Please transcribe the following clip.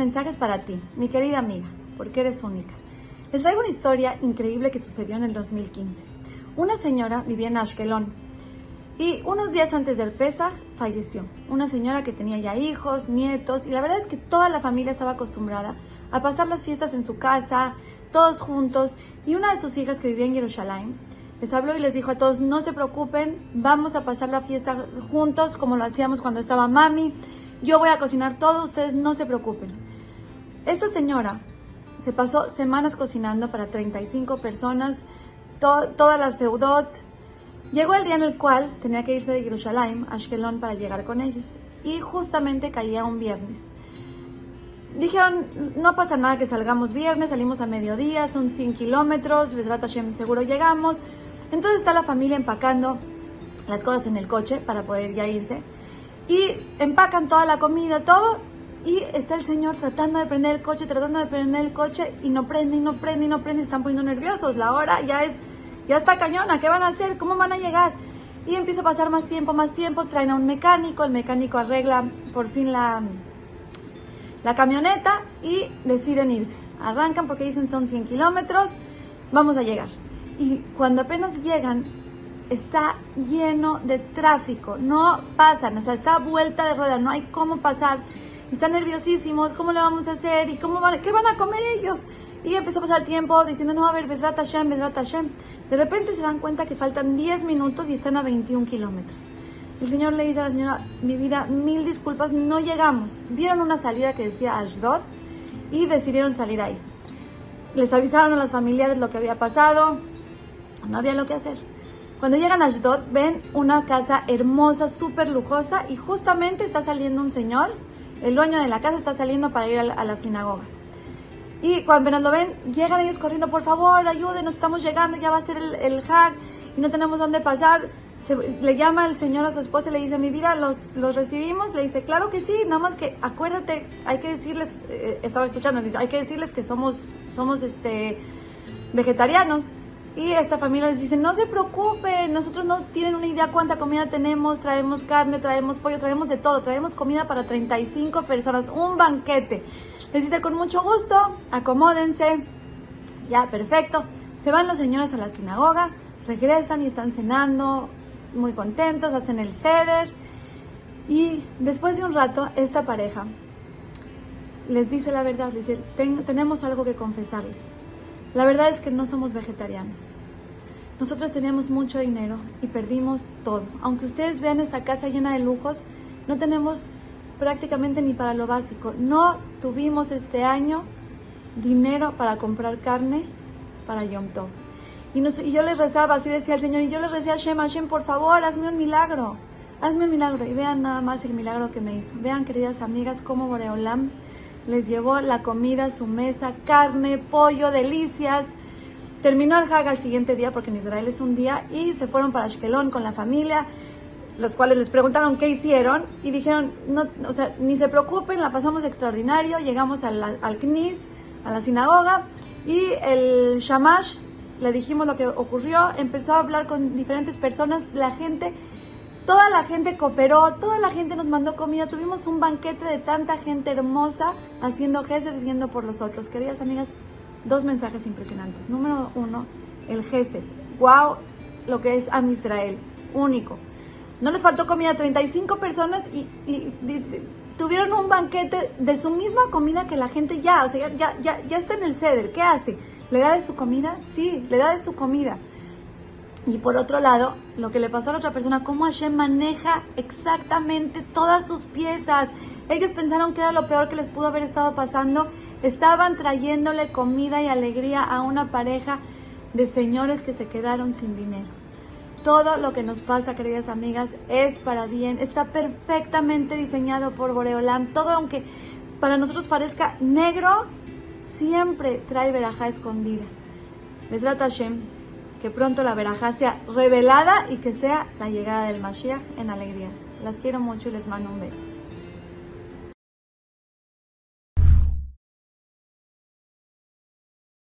mensaje es para ti, mi querida amiga, porque eres única. Les traigo una historia increíble que sucedió en el 2015. Una señora vivía en Ashkelon y unos días antes del Pesaj falleció. Una señora que tenía ya hijos, nietos, y la verdad es que toda la familia estaba acostumbrada a pasar las fiestas en su casa, todos juntos, y una de sus hijas que vivía en Jerusalén les habló y les dijo a todos: no se preocupen, vamos a pasar la fiesta juntos como lo hacíamos cuando estaba mami, yo voy a cocinar todo, ustedes no se preocupen. Esta señora se pasó semanas cocinando para 35 personas, todas las seudot. Llegó el día en el cual tenía que irse de Jerusalén a Ashkelon para llegar con ellos, y justamente caía un viernes. Dijeron: no pasa nada que salgamos viernes, salimos a mediodía, son 100 kilómetros, Bezrat Hashem seguro llegamos. Entonces está la familia empacando las cosas en el coche para poder ya irse, y empacan toda la comida, todo, y está el señor tratando de prender el coche, y no prende, están poniendo nerviosos, la hora ya está cañona, ¿qué van a hacer? ¿Cómo van a llegar? Y empieza a pasar más tiempo, traen a un mecánico, el mecánico arregla por fin la camioneta y deciden irse. Arrancan porque dicen: son 100 kilómetros, vamos a llegar. Y cuando apenas llegan, está lleno de tráfico, no pasan, o sea, está a vuelta de rueda, no hay cómo pasar. Están nerviosísimos, ¿cómo le vamos a hacer? ¿Y qué van a comer ellos? Y empezó a pasar el tiempo diciendo: no, a ver, Bezrat Hashem. De repente se dan cuenta que faltan 10 minutos y están a 21 kilómetros. El señor le dice a la señora: mi vida, 1000 disculpas, no llegamos. Vieron una salida que decía Ashdod y decidieron salir ahí. Les avisaron a las familiares lo que había pasado, no había lo que hacer. Cuando llegan a Ashdod, ven una casa hermosa, súper lujosa, y justamente está saliendo un señor, el dueño de la casa está saliendo para ir a la sinagoga. Y cuando apenas lo ven, llegan ellos corriendo: por favor, ayúdenos, estamos llegando, ya va a ser el Hag y no tenemos dónde pasar. Le llama el señor a su esposa y le dice: mi vida, ¿los recibimos? Le dice: claro que sí, nada más que acuérdate, hay que decirles, estaba escuchando, dice, hay que decirles que somos vegetarianos. Y esta familia les dice: no se preocupen, nosotros no tienen una idea cuánta comida tenemos, traemos carne, traemos pollo, traemos de todo, traemos comida para 35 personas, un banquete. Les dice: con mucho gusto, acomódense. Ya, perfecto. Se van los señores a la sinagoga, regresan y están cenando, muy contentos, hacen el seder. Y después de un rato, esta pareja les dice la verdad, les dice: tenemos algo que confesarles. La verdad es que no somos vegetarianos. Nosotros teníamos mucho dinero y perdimos todo. Aunque ustedes vean esta casa llena de lujos, no tenemos prácticamente ni para lo básico. No tuvimos este año dinero para comprar carne para Yom Tov. Y yo les rezaba, así decía el Señor, y yo les decía: Hashem, por favor, hazme un milagro. Y vean nada más el milagro que me hizo. Vean, queridas amigas, cómo Boreolam les llevó la comida a su mesa, carne, pollo, delicias. Terminó el Hag al siguiente día, porque en Israel es un día, y se fueron para Ashkelon con la familia, los cuales les preguntaron qué hicieron, y dijeron: no, o sea, ni se preocupen, la pasamos extraordinario. Llegamos al Knis, a la sinagoga, y el Shamash, le dijimos lo que ocurrió, empezó a hablar con diferentes personas, toda la gente cooperó, toda la gente nos mandó comida, tuvimos un banquete de tanta gente hermosa, haciendo gesed, viviendo por los otros. Queridas amigas, 2 mensajes impresionantes. Número 1, el gesed. Wow, lo que es Am Israel, único. No les faltó comida a 35 personas y tuvieron un banquete de su misma comida que la gente ya está en el seder. ¿Qué hace? ¿Le da de su comida? Sí, le da de su comida. Y por otro lado, lo que le pasó a la otra persona, cómo Hashem maneja exactamente todas sus piezas. Ellos pensaron que era lo peor que les pudo haber estado pasando. Estaban trayéndole comida y alegría a una pareja de señores que se quedaron sin dinero. Todo lo que nos pasa, queridas amigas, es para bien. Está perfectamente diseñado por Boreolam. Todo, aunque para nosotros parezca negro, siempre trae verajá escondida. Bezrat Hashem, que pronto la verajá sea revelada y que sea la llegada del Mashiach en alegrías. Las quiero mucho y les mando un beso.